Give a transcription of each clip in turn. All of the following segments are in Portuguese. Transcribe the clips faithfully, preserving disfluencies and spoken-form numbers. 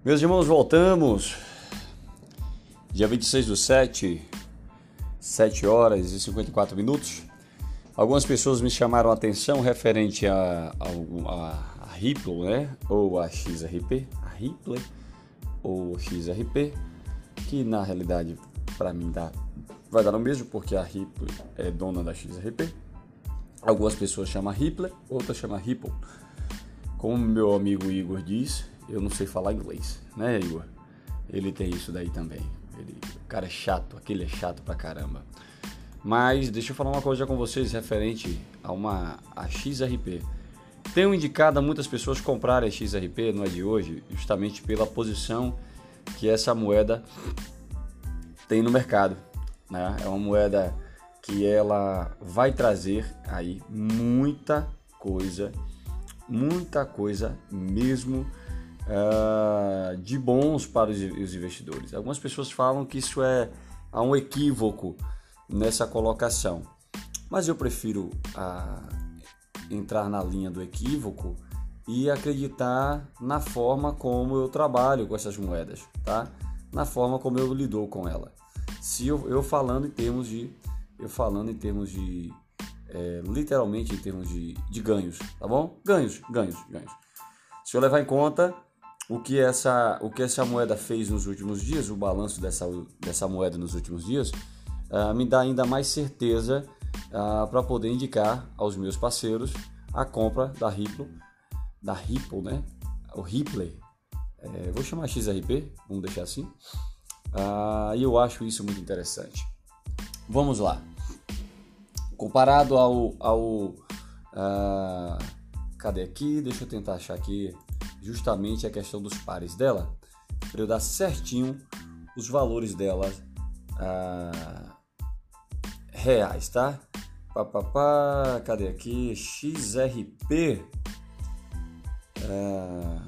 Meus irmãos, voltamos. Dia vinte e seis do sete, sete horas e cinquenta e quatro minutos. Algumas pessoas me chamaram a atenção referente a, a, a, a Ripple, né? Ou a X R P, a Ripple ou X R P, que na realidade para mim dá, vai dar o mesmo, porque a Ripple é dona da X R P. Algumas pessoas chamam Ripple, outras chamam Ripple. Como meu amigo Igor diz, eu não sei falar inglês, né, Igor? Ele tem isso daí também. Ele, o cara é chato, aquele é chato pra caramba. Mas deixa eu falar uma coisa com vocês referente a uma a X R P. Tenho indicado a muitas pessoas comprarem a X R P, não é de hoje, justamente pela posição que essa moeda tem no mercado, né? É uma moeda que ela vai trazer aí muita coisa, muita coisa mesmo uh, de bons para os investidores. Algumas pessoas falam que isso é há um equívoco nessa colocação, mas eu prefiro uh, entrar na linha do equívoco e acreditar na forma como eu trabalho com essas moedas, tá? Na forma como eu lido com ela. Se eu, eu falando em termos de eu falando em termos de é, literalmente em termos de, de ganhos, tá bom? Ganhos, ganhos, ganhos. Se eu levar em conta o que essa o que essa moeda fez nos últimos dias, o balanço dessa dessa moeda nos últimos dias, uh, me dá ainda mais certeza uh, para poder indicar aos meus parceiros a compra da Ripple, da Ripple, né? O Ripple, é, vou chamar X R P, vamos deixar assim. Uh, e eu acho isso muito interessante. Vamos lá. Comparado ao, ao uh, cadê aqui? Deixa eu tentar achar aqui justamente a questão dos pares dela, para eu dar certinho os valores dela uh, reais, tá? Pá, pá, pá, cadê aqui? X R P uh,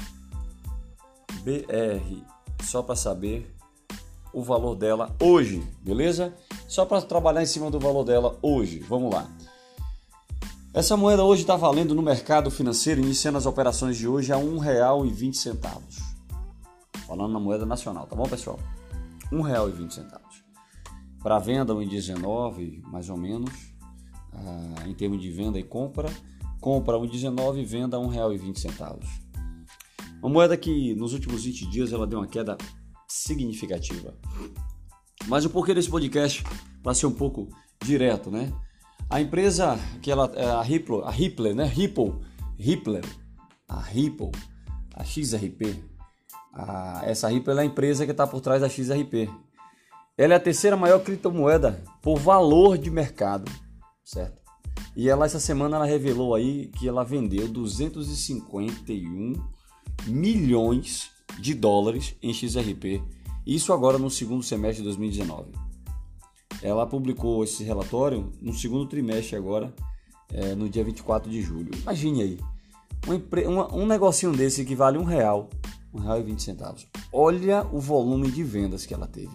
B R, só para saber o valor dela hoje, beleza? Só para trabalhar em cima do valor dela hoje, vamos lá. Essa moeda hoje está valendo no mercado financeiro, iniciando as operações de hoje, a um real e vinte centavos. Falando na moeda nacional, tá bom, pessoal? um real e vinte centavos. Para venda, um real e dezenove, mais ou menos, ah, em termos de venda e compra. Compra um real e dezenove e venda a um real e vinte centavos. Uma moeda que nos últimos vinte dias ela deu uma queda significativa. Mas o porquê desse podcast para ser um pouco direto, né? A empresa que ela a Ripple, a Ripple, né? Ripple, Ripple, a Ripple, a X R P, a, essa Ripple é a empresa que está por trás da X R P. Ela é a terceira maior criptomoeda por valor de mercado, certo? E ela essa semana ela revelou aí que ela vendeu duzentos e cinquenta e um milhões de dólares em X R P, isso agora no segundo semestre de dois mil e dezenove. Ela publicou esse relatório no segundo trimestre agora, é, no dia vinte e quatro de julho. Imagine aí, uma empre... uma, um negocinho desse que vale um real, um real e vinte centavos. Olha o volume de vendas que ela teve.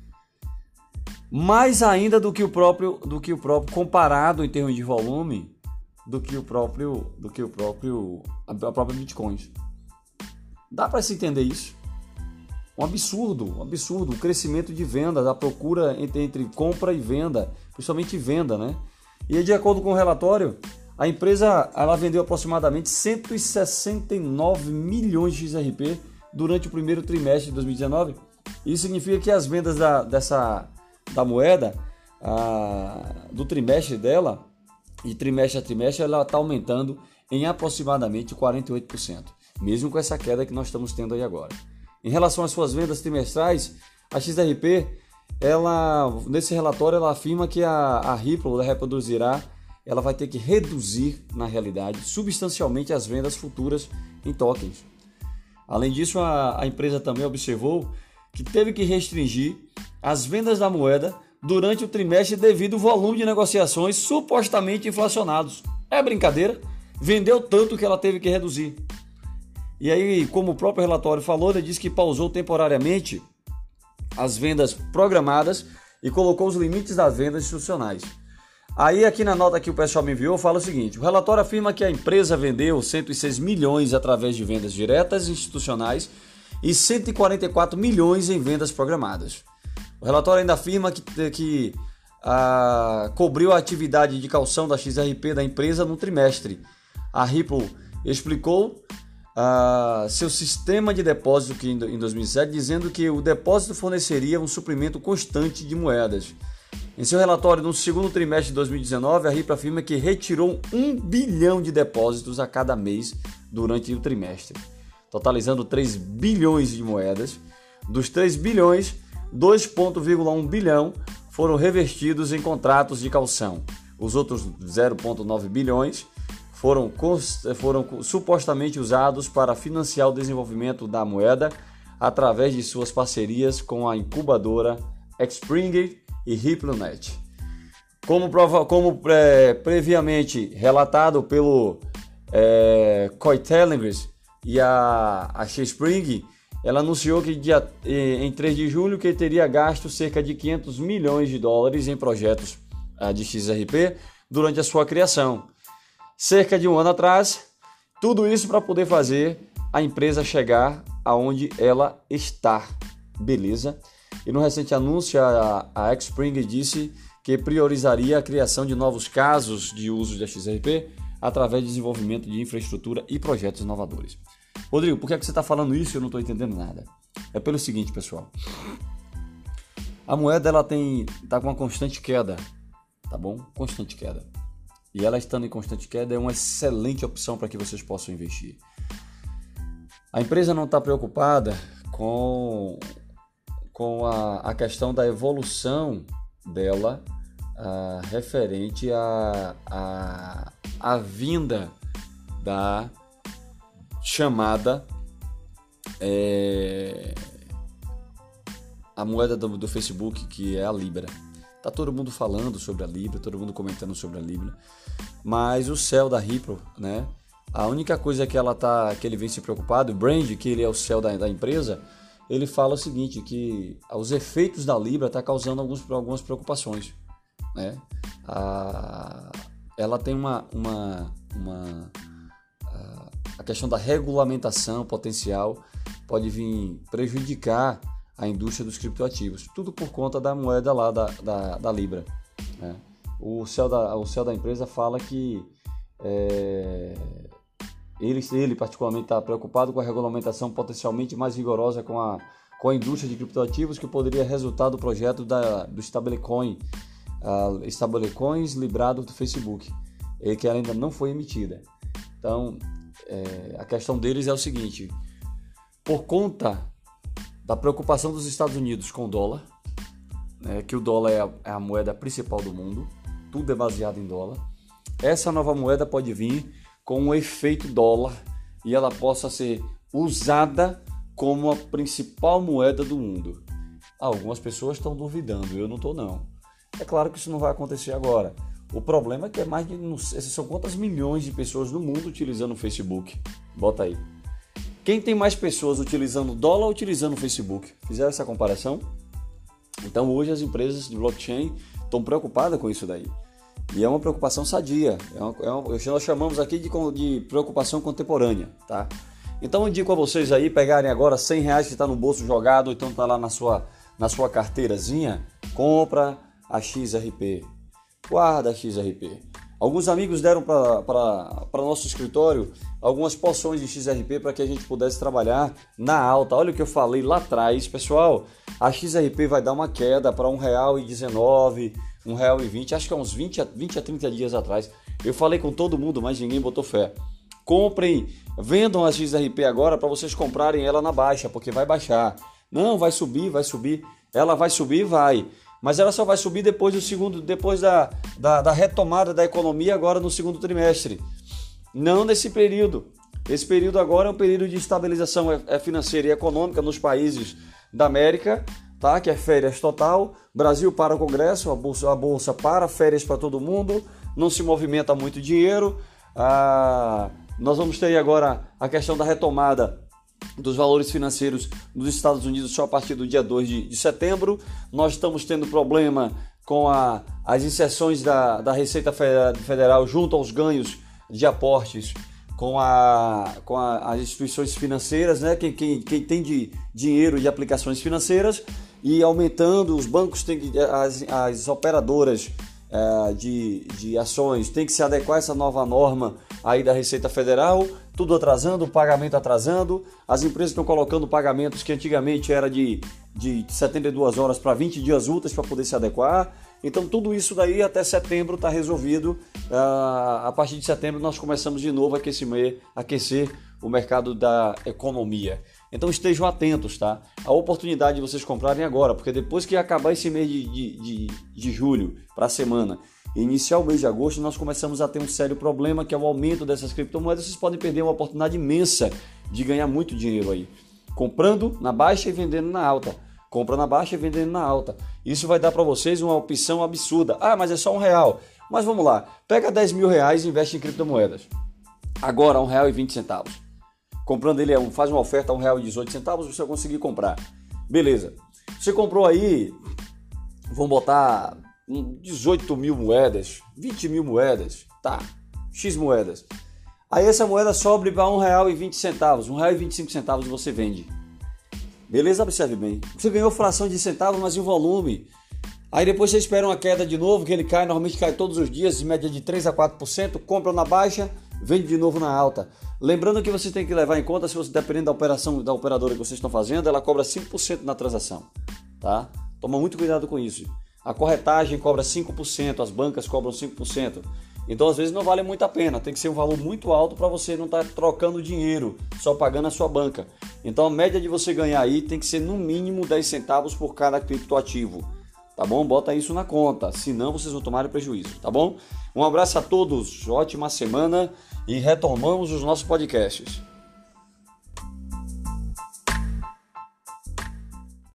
Mais ainda do que o próprio, do que o próprio comparado em termos de volume, do que o próprio, do que o próprio, a própria Bitcoin. Dá para se entender isso? Um absurdo, um absurdo, o crescimento de vendas, a procura entre, entre compra e venda, principalmente venda, né? E de acordo com o relatório, a empresa ela vendeu aproximadamente cento e sessenta e nove milhões de X R P durante o primeiro trimestre de dois mil e dezenove. Isso significa que as vendas da, dessa, da moeda, a, do trimestre dela, de trimestre a trimestre, ela está aumentando em aproximadamente quarenta e oito por cento. Mesmo com essa queda que nós estamos tendo aí agora. Em relação às suas vendas trimestrais, a X R P, ela, nesse relatório, ela afirma que a, a Ripple reproduzirá, ela vai ter que reduzir, na realidade, substancialmente as vendas futuras em tokens. Além disso, a, a empresa também observou que teve que restringir as vendas da moeda durante o trimestre devido ao volume de negociações supostamente inflacionados. É brincadeira? Vendeu tanto que ela teve que reduzir. E aí, como o próprio relatório falou, ele disse que pausou temporariamente as vendas programadas e colocou os limites das vendas institucionais. Aí aqui na nota que o pessoal me enviou, fala o seguinte: o relatório afirma que a empresa vendeu cento e seis milhões através de vendas diretas institucionais e cento e quarenta e quatro milhões em vendas programadas. O relatório ainda afirma que, que ah, cobriu a atividade de calção da X R P da empresa no trimestre. A Ripple explicou ah, seu sistema de depósito que em dois mil e sete, dizendo que o depósito forneceria um suprimento constante de moedas. Em seu relatório no segundo trimestre de dois mil e dezenove, a Ripple afirma que retirou um bilhão de depósitos a cada mês durante o trimestre, totalizando três bilhões de moedas. Dos três bilhões, dois vírgula um bilhão foram revestidos em contratos de calção. Os outros zero vírgula nove bilhões foram, foram supostamente usados para financiar o desenvolvimento da moeda através de suas parcerias com a incubadora Xpring e RippleNet. Como, prova, como é, previamente relatado pelo é, Cointelegraph e a, a Xpring, ela anunciou que dia, em três de julho que teria gasto cerca de quinhentos milhões de dólares em projetos de X R P durante a sua criação. Cerca de um ano atrás, tudo isso para poder fazer a empresa chegar aonde ela está. Beleza? E no recente anúncio, a, a Xpring disse que priorizaria a criação de novos casos de uso da X R P através do desenvolvimento de infraestrutura e projetos inovadores. Rodrigo, por que, é que você está falando isso e eu não estou entendendo nada? É pelo seguinte, pessoal. A moeda ela tem está com uma constante queda, tá bom? Constante queda. E ela estando em constante queda é uma excelente opção para que vocês possam investir. A empresa não está preocupada com com a, a questão da evolução dela uh, referente à a, a, a vinda da chamada é, a moeda do, do Facebook, que é a Libra. Tá todo mundo falando sobre a Libra, todo mundo comentando sobre a Libra, mas o C E O da Ripple, né? A única coisa que ela tá, que ele vem se preocupado, o Brand, que ele é o C E O da, da empresa, ele fala o seguinte, que os efeitos da Libra tá causando alguns, algumas preocupações, né? A, ela tem uma, uma, uma a, a questão da regulamentação potencial pode vir prejudicar a indústria dos criptoativos, tudo por conta da moeda lá da, da, da Libra, né? O C E O da, o C E O da empresa fala que é, Ele, ele particularmente está preocupado com a regulamentação potencialmente mais rigorosa com a, com a indústria de criptoativos que poderia resultar do projeto da, do stablecoin, uh, stablecoins librado do Facebook, e que ainda não foi emitida. Então, é, a questão deles é o seguinte: por conta da preocupação dos Estados Unidos com o dólar, né, que o dólar é a, é a moeda principal do mundo, tudo é baseado em dólar, essa nova moeda pode vir com um efeito dólar e ela possa ser usada como a principal moeda do mundo. Algumas pessoas estão duvidando, eu não estou não. É claro que isso não vai acontecer agora. O problema é que é mais de, não sei, são quantas milhões de pessoas no mundo utilizando o Facebook? Bota aí. Quem tem mais pessoas utilizando dólar ou utilizando o Facebook? Fizeram essa comparação? Então hoje as empresas de blockchain estão preocupadas com isso daí. E é uma preocupação sadia, é uma, é uma, nós chamamos aqui de, de preocupação contemporânea, tá? Então eu indico a vocês aí pegarem agora cem reais que está no bolso jogado, então está lá na sua, na sua carteirazinha, compra a X R P, guarda a X R P. Alguns amigos deram para nosso escritório algumas porções de X R P para que a gente pudesse trabalhar na alta. Olha o que eu falei lá atrás, pessoal, a X R P vai dar uma queda para um real e dezenove, um real e vinte, acho que há uns vinte a trinta dias atrás. Eu falei com todo mundo, mas ninguém botou fé. Comprem, vendam a X R P agora para vocês comprarem ela na baixa, porque vai baixar. Não, vai subir, vai subir. Ela vai subir, vai. Mas ela só vai subir depois do segundo, depois da, da, da retomada da economia agora no segundo trimestre. Não nesse período. Esse período agora é um período de estabilização financeira e econômica nos países da América, tá? Que é férias total. Brasil para o Congresso, a bolsa, a bolsa para, férias para todo mundo, não se movimenta muito dinheiro. Ah, nós vamos ter agora a questão da retomada dos valores financeiros nos Estados Unidos só a partir do dia dois de, de setembro. Nós estamos tendo problema com a, as inserções da, da Receita Federal junto aos ganhos de aportes com, a, com a, as instituições financeiras, né? quem, quem, quem tem de dinheiro de aplicações financeiras, e aumentando, os bancos têm que, as, as operadoras é, de, de ações têm que se adequar a essa nova norma aí da Receita Federal, tudo atrasando, o pagamento atrasando, as empresas estão colocando pagamentos que antigamente era de, de setenta e duas horas para vinte dias úteis para poder se adequar. Então tudo isso daí até setembro está resolvido. Uh, a partir de setembro nós começamos de novo a aquecer, aquecer o mercado da economia. Então estejam atentos, tá? A oportunidade de vocês comprarem agora, porque depois que acabar esse mês de, de, de, de julho para a semana e iniciar o mês de agosto, nós começamos a ter um sério problema, que é o aumento dessas criptomoedas. Vocês podem perder uma oportunidade imensa de ganhar muito dinheiro aí, comprando na baixa e vendendo na alta. Compra na baixa e vendendo na alta. Isso vai dar para vocês uma opção absurda. Ah, mas é só um real. Mas vamos lá. Pega dez mil reais e investe em criptomoedas. Agora, um real e vinte centavos. Comprando ele, faz uma oferta a um real e dezoito centavos, você vai conseguir comprar. Beleza. Você comprou aí, vamos botar dezoito mil moedas, vinte mil moedas, tá? X moedas. Aí essa moeda sobe para um real e vinte centavos. um real e vinte e cinco centavos você vende. Beleza? Observe bem. Você ganhou fração de centavos, mas em volume. Aí depois você espera uma queda de novo, que ele cai, normalmente cai todos os dias, em média de três a quatro por cento, compra na baixa, vende de novo na alta. Lembrando que você tem que levar em conta, se você dependendo da operação da operadora que vocês estão fazendo, ela cobra cinco por cento na transação, tá? Toma muito cuidado com isso. A corretagem cobra cinco por cento, as bancas cobram cinco por cento. Então às vezes não vale muito a pena, tem que ser um valor muito alto para você não estar tá trocando dinheiro, só pagando a sua banca. Então a média de você ganhar aí tem que ser no mínimo dez centavos por cada criptoativo, tá bom? Bota isso na conta, senão vocês vão tomar prejuízo, tá bom? Um abraço a todos, ótima semana e retomamos os nossos podcasts.